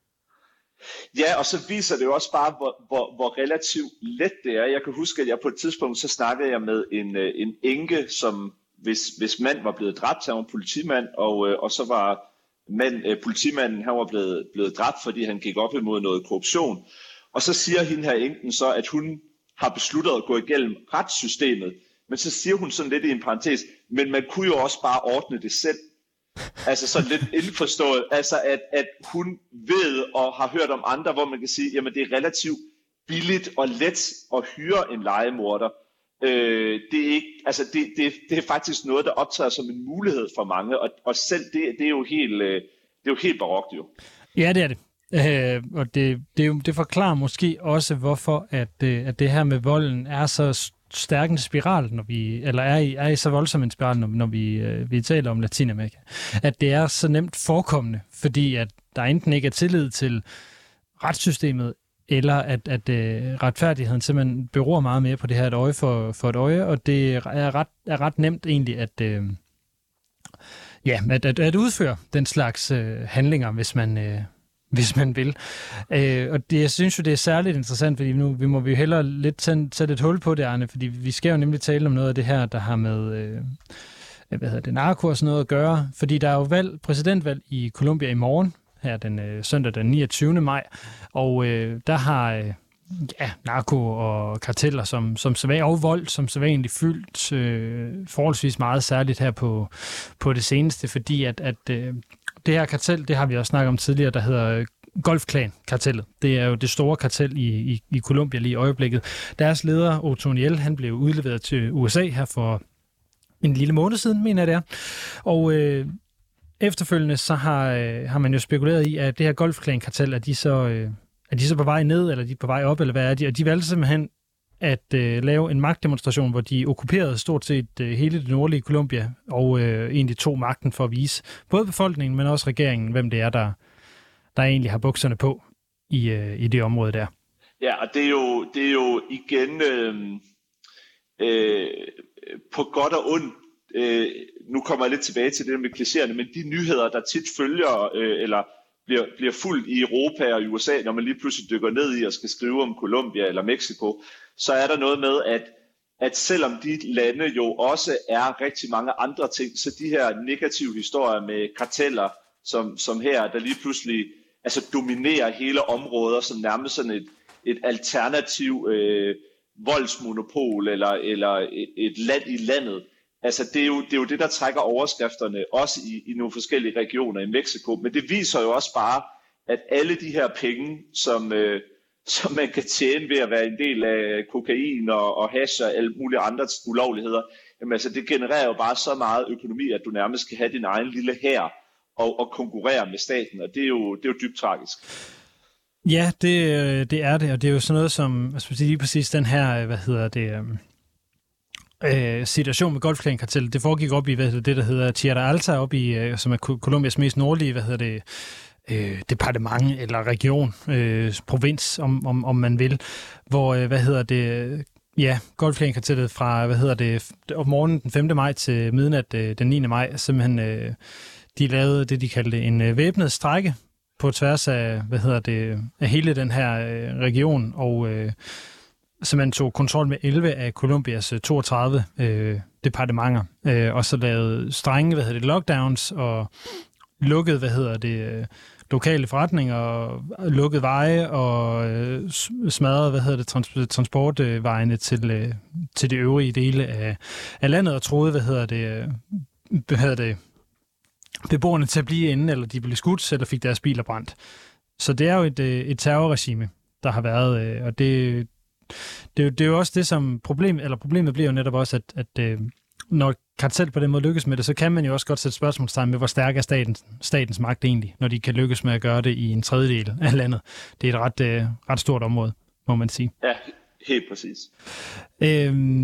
Ja, og så viser det jo også bare, hvor, hvor, hvor relativt let det er. Jeg kan huske, at jeg på et tidspunkt, så snakkede jeg med en, en enke, som hvis, hvis mand var blevet dræbt, han var politimand, og, og så var mand, politimanden, han var blevet, blevet dræbt, fordi han gik op imod noget korruption. Og så siger hende her enken så, at hun har besluttet at gå igennem retssystemet, men så siger hun sådan lidt i en parentes, men man kunne jo også bare ordne det selv. Altså sådan lidt indforstået, altså at, at hun ved og har hørt om andre, hvor man kan sige, jamen det er relativt billigt og let at hyre en legemorder. Øh, det, er ikke, altså det, det, det er faktisk noget, der optager som en mulighed for mange, og, og selv det, det er jo helt, det er jo helt barokt jo.
Ja, det er det. Øh, og det, det, er jo, det forklarer måske også, hvorfor at, at det her med volden er så stærk en spiral, når vi, eller er i, er i så voldsom en spiral, når, når vi, øh, vi taler om Latinamerika. At det er så nemt forekommende, fordi at der enten ikke er tillid til retssystemet, eller at, at øh, retfærdigheden simpelthen beror meget mere på det her et øje for, for et øje, og det er ret, er ret nemt egentlig at, øh, ja, at, at, at udføre den slags øh, handlinger, hvis man... Øh, hvis man vil. Øh, og det, jeg synes jo, det er særligt interessant, fordi nu vi må vi jo hellere lidt sætte et hul på det, Arne, fordi vi skal jo nemlig tale om noget af det her, der har med øh, hvad hedder det, narko og sådan noget at gøre, fordi der er jo valg, præsidentvalg i Colombia i morgen, her den øh, søndag den niogtyvende maj, og øh, der har øh, ja, narko og karteller som, som så og vold, som så egentlig fyldt øh, forholdsvis meget, særligt her på, på det seneste, fordi at, at øh, det her kartel, det har vi også snakket om tidligere, der hedder Gulf Clan-kartellet. Det er jo det store kartel i, i, i Colombia lige i øjeblikket. Deres leder, Otoniel, han blev udleveret til U S A her for en lille måned siden, mener jeg det er. Og øh, efterfølgende så har, øh, har man jo spekuleret i, at det her Gulf Clan-kartel, er de, så, øh, er de så på vej ned, eller er de på vej op, eller hvad er de? Og de valgte simpelthen at øh, lave en magtdemonstration, hvor de okkuperede stort set øh, hele det nordlige Colombia, og øh, egentlig tog magten for at vise både befolkningen, men også regeringen, hvem det er, der, der egentlig har bukserne på i, øh, i det område der.
Ja, og det er jo, det er jo igen øh, øh, på godt og ondt. Øh, nu kommer jeg lidt tilbage til det med klichéerne, men de nyheder, der tit følger, øh, eller bliver, bliver fuldt i Europa og i U S A, når man lige pludselig dykker ned i og skal skrive om Colombia eller Mexico, så er der noget med, at, at selvom de lande jo også er rigtig mange andre ting, så de her negative historier med karteller, som, som her, der lige pludselig altså dominerer hele områder, som nærmest sådan et, et alternativ øh, voldsmonopol, eller, eller et, et land i landet. Altså det er, jo, det er jo det, der trækker overskrifterne, også i, i nogle forskellige regioner i Mexico, men det viser jo også bare, at alle de her penge, som... Øh, som man kan tjene ved at være en del af kokain og, og hash og alle mulige andre ulovligheder, jamen altså det genererer jo bare så meget økonomi, at du nærmest kan have din egen lille hær og, og konkurrere med staten, og det er jo, det er jo dybt tragisk.
Ja, det, det er det, og det er jo sådan noget som, altså lige præcis den her, hvad hedder det, øh, situation med Gulf Clan-kartellet, det foregik op i, hvad hedder det, der hedder Tierra Alta, op i, øh, som er Colombias mest nordlige, hvad hedder det, Øh, departement eller region, øh, provins, om, om, om man vil, hvor, øh, hvad hedder det, ja, Gulf Clan-kartellet fra, hvad hedder det, om morgenen den femte maj til midnat øh, den niende maj, simpelthen, øh, de lavede det, de kaldte en øh, væbnet strejke på tværs af, hvad hedder det, af hele den her øh, region, og øh, simpelthen tog kontrol med elleve af Colombias øh, toogtredive øh, departementer, øh, og så lavede strenge, hvad hedder det, lockdowns, og lukkede, hvad hedder det, lokale forretninger, og lukkede veje og øh, smadrede, hvad hedder det, trans- transportvejene til, øh, til de øvrige dele af, af landet, og troede, hvad hedder det, øh, hvad hedder det, beboerne til at blive inde, eller de blev skudt, eller fik deres biler brændt. Så det er jo et, et terrorregime, der har været, øh, og det, det, er jo, det er jo også det, som problem, eller problemet bliver jo netop også, at, at øh, når kartel på den måde lykkes med det, så kan man jo også godt sætte spørgsmålstegn med, hvor stærk er statens, statens magt egentlig, når de kan lykkes med at gøre det i en tredjedel af landet. Det er et ret, øh, ret stort område, må man sige.
Ja, helt præcis.
Øhm,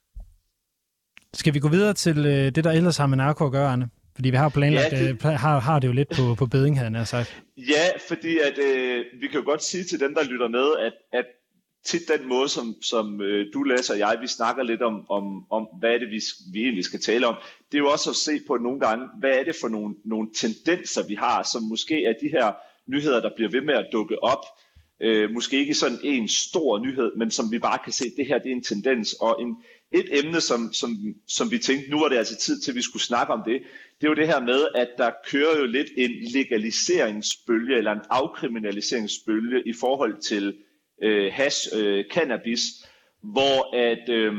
skal vi gå videre til øh, det, der ellers har med narko at gøre, Arne? Fordi vi har planlagt, ja, det... Øh, har, har det jo lidt på, på beding, havde jeg sagt.
Ja, fordi at, øh, vi kan jo godt sige til dem, der lytter med, at, at til den måde, som, som øh, du læser og jeg, vi snakker lidt om, om, om hvad er det, vi, vi egentlig skal tale om. Det er jo også at se på nogle gange, hvad er det for nogle, nogle tendenser, vi har, som måske er de her nyheder, der bliver ved med at dukke op. Øh, måske ikke sådan en stor nyhed, men som vi bare kan se, det her det er en tendens. Og en, et emne, som, som, som vi tænkte, nu var det altså tid til, at vi skulle snakke om det, det er jo det her med, at der kører jo lidt en legaliseringsbølge, eller en afkriminaliseringsbølge i forhold til øh, hash, øh, cannabis, hvor, at, øh,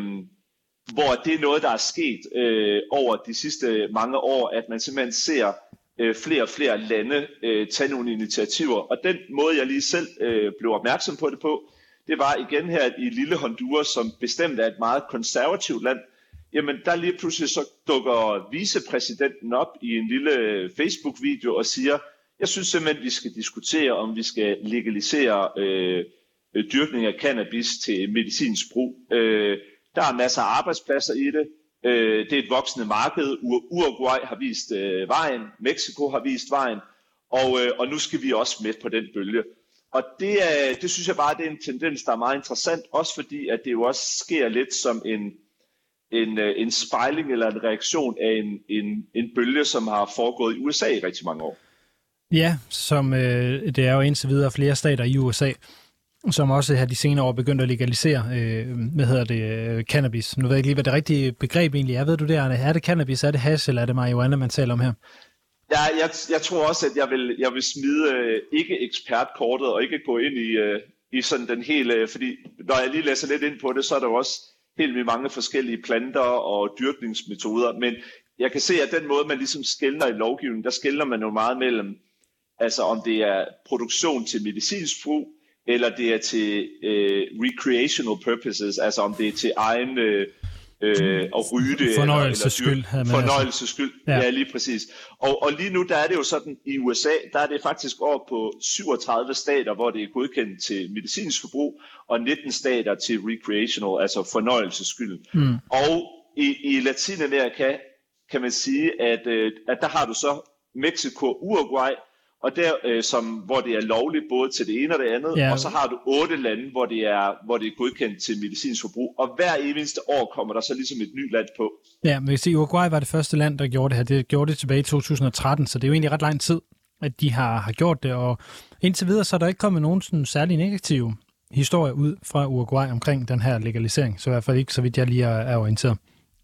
hvor det er noget, der er sket øh, over de sidste mange år, at man simpelthen ser øh, flere og flere lande øh, tage nogle initiativer. Og den måde, jeg lige selv øh, blev opmærksom på det på, det var igen her i lille Honduras, som bestemt er et meget konservativt land. Jamen, der lige pludselig så dukker vicepræsidenten op i en lille Facebook-video og siger, jeg synes simpelthen, vi skal diskutere, om vi skal legalisere øh, dyrkning af cannabis til medicinsk brug. Øh, der er masser af arbejdspladser i det. Øh, det er et voksende marked. Uruguay har vist øh, vejen. Mexico har vist vejen. Og, øh, og nu skal vi også med på den bølge. Og det, er, det synes jeg bare, det er en tendens, der er meget interessant. Også fordi, at det jo også sker lidt som en, en, en spejling eller en reaktion af en, en, en bølge, som har foregået i U S A i rigtig mange år.
Ja, som øh, det er jo indtil videre flere stater i U S A, som også har de senere år begyndt at legalisere, øh, hvad hedder det, øh, cannabis. Nu ved jeg ikke lige, hvad det rigtige begreb egentlig er. Ved du det, Arne? Er det cannabis, er det hash, eller er det marihuana, man taler om her?
Ja, jeg, jeg tror også, at jeg vil, jeg vil smide øh, ikke ekspertkortet og ikke gå ind i, øh, i sådan den hele, fordi når jeg lige læser lidt ind på det, så er der jo også helt vildt mange forskellige planter og dyrkningsmetoder, men jeg kan se, at den måde, man ligesom skelner i lovgivningen, der skelner man jo meget mellem, altså om det er produktion til medicinsk brug, eller det er til øh, recreational purposes, altså om det er til egen øh, øh, at ryge det.
Fornøjelses skyld.
Fornøjelses skyld, ja. ja lige præcis. Og, og lige nu, der er det jo sådan, i U S A, der er det faktisk over på syvogtredive stater, hvor det er godkendt til medicinsk forbrug, og nitten stater til recreational, altså fornøjelses skyld. Mm. Og i, i Latinamerika kan man sige, at, øh, at der har du så Mexico og Uruguay, og der, øh, som, hvor det er lovligt både til det ene og det andet, ja. Og så har du otte lande, hvor det, er, hvor det er godkendt til medicinsk forbrug, og hver eneste år kommer der så ligesom et nyt land på.
Ja, men jeg kan sige, Uruguay var det første land, der gjorde det her. Det gjorde det tilbage i to tusind og tretten, så det er jo egentlig ret lang tid, at de har, har gjort det, og indtil videre så er der ikke kommet nogen sådan særlig negative historier ud fra Uruguay omkring den her legalisering, så i hvert fald ikke, så vidt jeg lige er, er orienteret.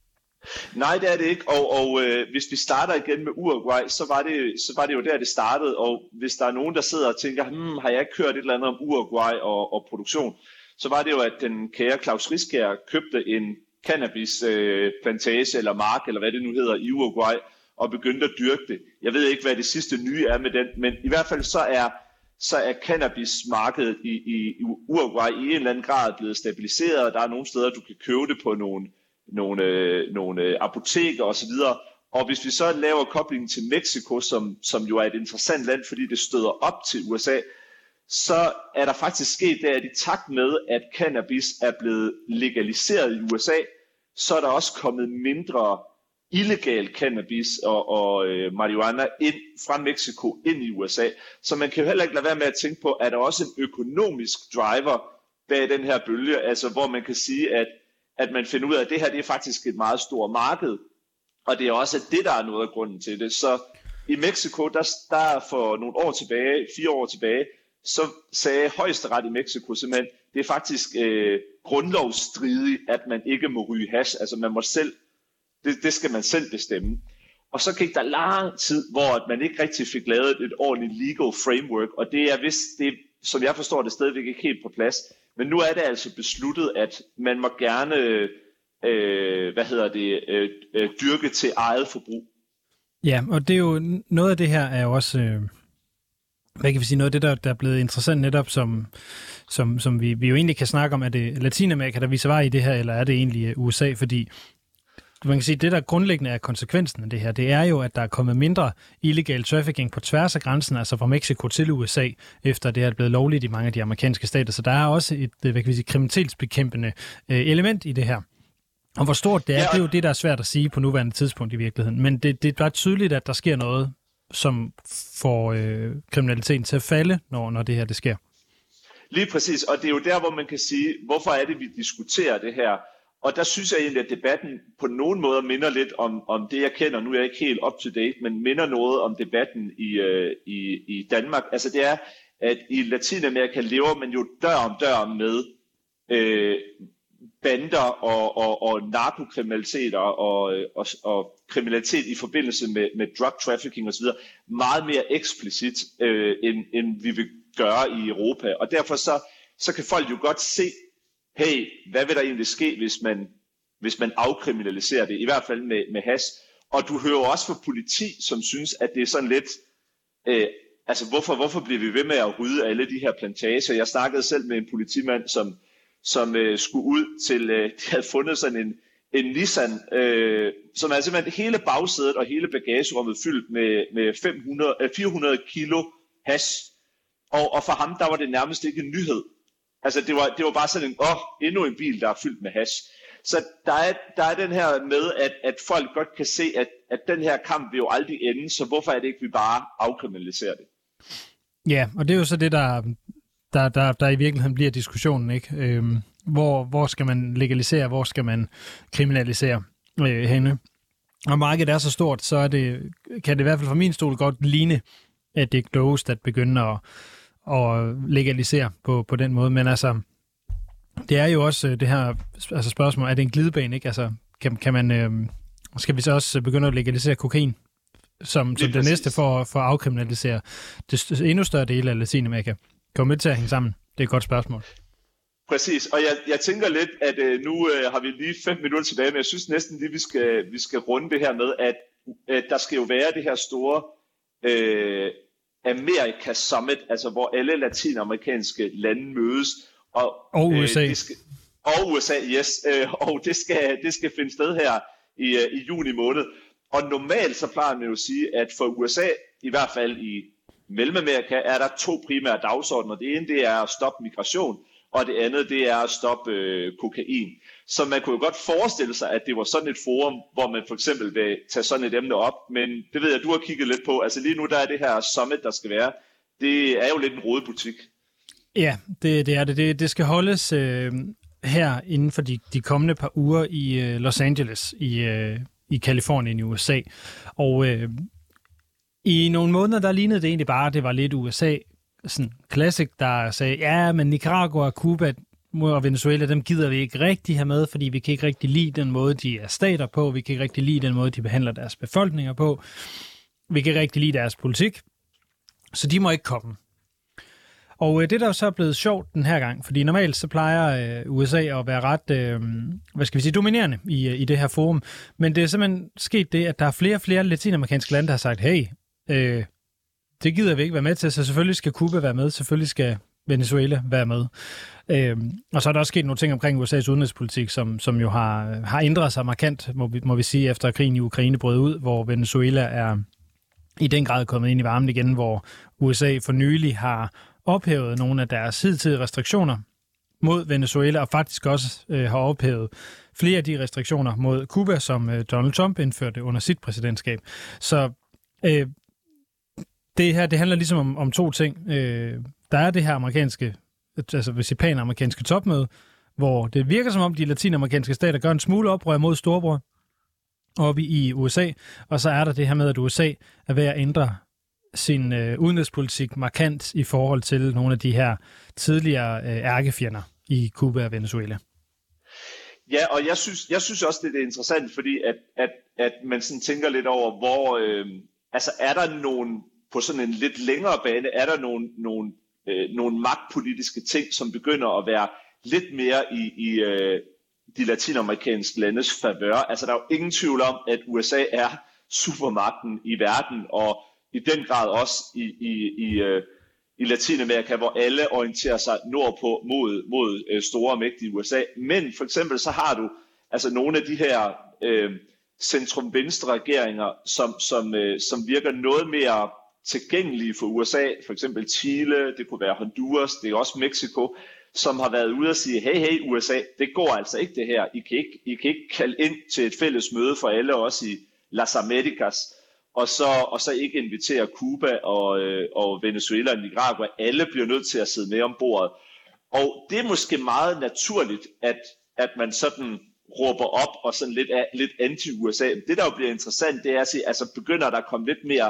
Nej, det er det ikke, og, og øh, hvis vi starter igen med Uruguay, så var, det, så var det jo der, det startede, og hvis der er nogen, der sidder og tænker, hmm, har jeg ikke hørt et eller andet om Uruguay og, og produktion, så var det jo, at den kære Klaus Riskær købte en cannabis-plantage øh, eller mark, eller hvad det nu hedder, i Uruguay, og begyndte at dyrke det. Jeg ved ikke, hvad det sidste nye er med den, men i hvert fald så er, så er cannabismarkedet i, i, i Uruguay i en eller anden grad blevet stabiliseret, og der er nogle steder, du kan købe det på nogle nogle, øh, nogle øh, apoteker osv. Og hvis vi så laver koblingen til Mexico, som, som jo er et interessant land, fordi det støder op til U S A, så er der faktisk sket det, at i takt med, at cannabis er blevet legaliseret i U S A, så er der også kommet mindre illegal cannabis og, og øh, marihuana ind fra Mexico ind i U S A. Så man kan jo heller ikke lade være med at tænke på, at der også en økonomisk driver bag den her bølge, altså hvor man kan sige, at at man finder ud af, at det her det er faktisk et meget stort marked, og det er også det, der er noget af grunden til det. Så i Mexico, der, der for nogle år tilbage, fire år tilbage, så sagde højesteret i Mexico simpelthen, det er faktisk øh, grundlovsstridigt, at man ikke må ryge hash, altså man må selv, det, det skal man selv bestemme. Og så gik der lang tid, hvor man ikke rigtig fik lavet et ordentligt legal framework, og det er vist, det, som jeg forstår det, stadigvæk ikke helt på plads. Men nu er det altså besluttet, at man må gerne øh, hvad hedder det, øh, dyrke til eget forbrug.
Ja, og det er jo noget af det her er jo også, øh, hvad kan vi sige, noget af det, der, der er blevet interessant netop, som, som, som vi, vi jo egentlig kan snakke om, er det Latinamerika, der viser vej i det her, eller er det egentlig U S A? Fordi man kan sige, det der grundlæggende er konsekvensen af det her, det er jo, at der er kommet mindre illegal trafficking på tværs af grænsen, altså fra Mexico til U S A, efter det er blevet lovligt i mange af de amerikanske stater. Så der er også et, hvad kan vi sige, kriminalitetsbekæmpende øh, element i det her. Og hvor stort det er, ja, og... det er jo det, der er svært at sige på nuværende tidspunkt i virkeligheden. Men det, det er bare tydeligt, at der sker noget, som får øh, kriminaliteten til at falde, når, når det her det sker.
Lige præcis, og det er jo der, hvor man kan sige, hvorfor er det, vi diskuterer det her? Og der synes jeg egentlig, at debatten på nogen måder minder lidt om, om det, jeg kender. Nu er jeg ikke helt up to date, men minder noget om debatten i, øh, i, i Danmark. Altså det er, at i Latinamerika lever man jo dør om dør med øh, bander og, og, og narkokriminalitet og, og, og, og kriminalitet i forbindelse med, med drug trafficking osv. meget mere eksplicit, øh, end, end vi vil gøre i Europa. Og derfor så, så kan folk jo godt se, hey, hvad vil der egentlig ske, hvis man, hvis man afkriminaliserer det, i hvert fald med, med hash. Og du hører også fra politi, som synes, at det er sådan lidt, øh, altså hvorfor, hvorfor bliver vi ved med at rydde alle de her plantager? Jeg snakkede selv med en politimand, som, som øh, skulle ud til, øh, de havde fundet sådan en, en Nissan, øh, som er simpelthen hele bagsædet og hele bagagerummet fyldt med, med fem hundrede, øh, fire hundrede kilo hash. Og, og for ham, der var det nærmest ikke en nyhed. Altså det var, det var bare sådan en, åh, endnu en bil, der er fyldt med hash. Så der er, der er den her med, at, at folk godt kan se, at, at den her kamp vil jo aldrig ende, så hvorfor er det ikke, vi bare afkriminaliserer det?
Ja, og det er jo så det, der, der, der, der i virkeligheden bliver diskussionen, ikke? Øhm, hvor, hvor skal man legalisere, hvor skal man kriminalisere øh, henne? Og markedet er så stort, så er det, kan det i hvert fald fra min stol godt ligne, at det er klogest at begynde at og legalisere på, på den måde. Men altså, det er jo også det her altså spørgsmål, er det en glidebane, ikke? Altså, kan, kan man, øh, skal vi så også begynde at legalisere kokain, som, som det næste for, for at afkriminalisere det endnu større dele af Latinamerika? Kommer det til at hænge sammen? Det er et godt spørgsmål.
Præcis, og jeg, jeg tænker lidt, at øh, nu øh, har vi lige fem minutter tilbage, men jeg synes næsten lige, vi skal, vi skal runde det her med, at øh, der skal jo være det her store øh, America Summit, altså hvor alle latinamerikanske lande mødes. Og,
og U S A.
Øh, skal, og U S A, yes. Øh, og det skal, det skal finde sted her i, øh, i juni måned. Og normalt så plejer man jo at sige, at for U S A, i hvert fald i Mellemamerika, er der to primære dagsordner. Det ene, det er at stoppe migration, og det andet, det er at stoppe øh, kokain. Så man kunne jo godt forestille sig, at det var sådan et forum, hvor man for eksempel vil tage sådan et emne op, men det ved jeg, du har kigget lidt på. Altså lige nu, der er det her summit, der skal være. Det er jo lidt en rodebutik.
Ja, det, det er det. Det, det skal holdes øh, her inden for de, de kommende par uger i øh, Los Angeles i, øh, i Kalifornien i U S A. Og øh, i nogle måneder, der lignede det egentlig bare, det var lidt U S A, sådan classic, der sagde, ja, men Nicaragua, Cuba og Venezuela, dem gider vi ikke rigtig have med, fordi vi kan ikke rigtig lide den måde, de er stater på, vi kan ikke rigtig lide den måde, de behandler deres befolkninger på, vi kan ikke rigtig lide deres politik, så de må ikke komme. Og øh, det der er så blevet sjovt den her gang, fordi normalt så plejer øh, U S A at være ret, øh, hvad skal vi sige, dominerende i, i det her forum, men det er simpelthen sket det, at der er flere og flere latinamerikanske lande, der har sagt, hey, øh, det gider vi ikke være med til, så selvfølgelig skal Cuba være med, selvfølgelig skal Venezuela være med. Øhm, og så er der også sket nogle ting omkring U S A's udenrigspolitik, som, som jo har, har ændret sig markant, må vi, må vi sige, efter krigen i Ukraine brød ud, hvor Venezuela er i den grad kommet ind i varmen igen, hvor U S A for nylig har ophævet nogle af deres hidtidige restriktioner mod Venezuela, og faktisk også øh, har ophævet flere af de restriktioner mod Cuba, som øh, Donald Trump indførte under sit præsidentskab. Så øh, det her, det handler ligesom om, om to ting. Øh, der er det her amerikanske, altså hvis pan-amerikanske topmøde, hvor det virker som om, de latinamerikanske stater gør en smule oprør mod storebror oppe i U S A, og så er der det her med, at U S A er ved at ændre sin øh, udenrigspolitik markant i forhold til nogle af de her tidligere øh, ærkefjender i Cuba og Venezuela.
Ja, og jeg synes, jeg synes også, det er interessant, fordi at, at, at man sådan tænker lidt over, hvor øh, altså er der nogen på sådan en lidt længere bane, er der nogle, nogle, øh, nogle magtpolitiske ting, som begynder at være lidt mere i, i øh, de latinamerikanske landes favør. Altså der er jo ingen tvivl om, at U S A er supermagten i verden, og i den grad også i, i, i, øh, i Latinamerika, hvor alle orienterer sig nordpå mod, mod øh, store og mægtige U S A. Men for eksempel så har du altså nogle af de her øh, centrum-venstre regeringer, som, som, øh, som virker noget mere tilgængelige for U S A, for eksempel Chile, det kunne være Honduras, det er også Mexico, som har været ude og sige, hey, hey U S A, det går altså ikke det her. I kan ikke, I kan ikke kalde ind til et fælles møde for alle os i Las Americas, og så, og så ikke invitere Cuba og, øh, og Venezuela og Nicaragua. Alle bliver nødt til at sidde med om bordet. Og det er måske meget naturligt, at, at man sådan råber op og sådan lidt, lidt anti-U S A. Det, der jo bliver interessant, det er at sige, altså begynder der at komme lidt mere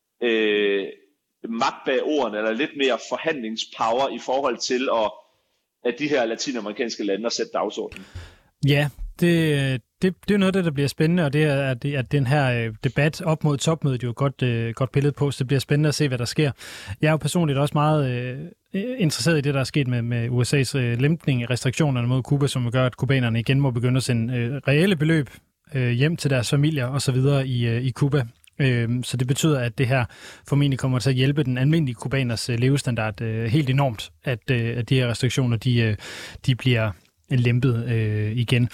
øh, magt bag ordene, eller lidt mere forhandlingspower i forhold til at, at de her latinamerikanske lande at sætte dagsordenen.
Ja, det, det, det er noget af det, der bliver spændende, og det er, at, at den her debat op mod topmødet jo godt, øh, godt billede på, så det bliver spændende at se, hvad der sker. Jeg er jo personligt også meget øh, interesseret i det, der er sket med, med U S A's øh, lempning af restriktionerne mod Cuba, som gør, at kubanerne igen må begynde at sende øh, reelle beløb øh, hjem til deres familier og så videre i, øh, i Cuba. Øh, så det betyder, at det her formentlig kommer til at hjælpe den almindelige kubaners øh, levestandard øh, helt enormt, at, øh, at de her restriktioner, de, øh, de bliver lempet øh, igen.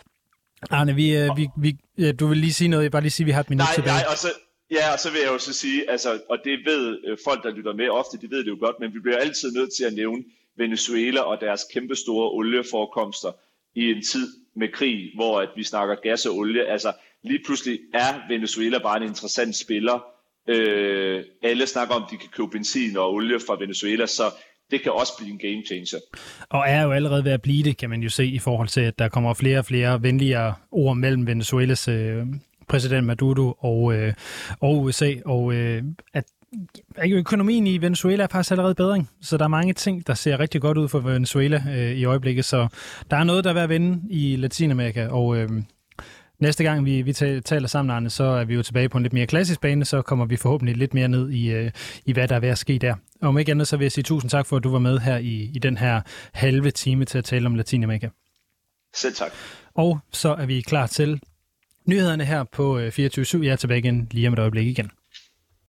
Arne, vi, øh, vi, vi, ja, du vil lige sige noget. Jeg bare lige sige, at vi har et minut
nej,
tilbage.
Nej, og så, ja, og så vil jeg jo så sige, altså, og det ved øh, folk, der lytter med ofte, de ved det jo godt, men vi bliver altid nødt til at nævne Venezuela og deres kæmpestore olieforekomster i en tid med krig, hvor at vi snakker gas og olie. Altså, lige pludselig er Venezuela bare en interessant spiller. Øh, alle snakker om, at de kan købe benzin og olie fra Venezuela, så det kan også blive en game changer. Og
er jo allerede ved at blive det, kan man jo se, i forhold til, at der kommer flere og flere venligere ord mellem Venezuelas øh, præsident Maduro og, øh, og U S A, og øh, at økonomien i Venezuela er faktisk allerede bedre, så der er mange ting, der ser rigtig godt ud for Venezuela øh, i øjeblikket, så der er noget, der er ved at vende i Latinamerika, og øh, næste gang vi, vi taler sammen, Arne, så er vi jo tilbage på en lidt mere klassisk bane, så kommer vi forhåbentlig lidt mere ned i, øh, i hvad der er ved at ske der. Og om ikke andet, så vil jeg sige tusind tak for, at du var med her i, i den her halve time til at tale om Latinamerika.
Selv tak.
Og så er vi klar til nyhederne her på fireogtyve syv. Jeg er tilbage igen lige om et øjeblik igen.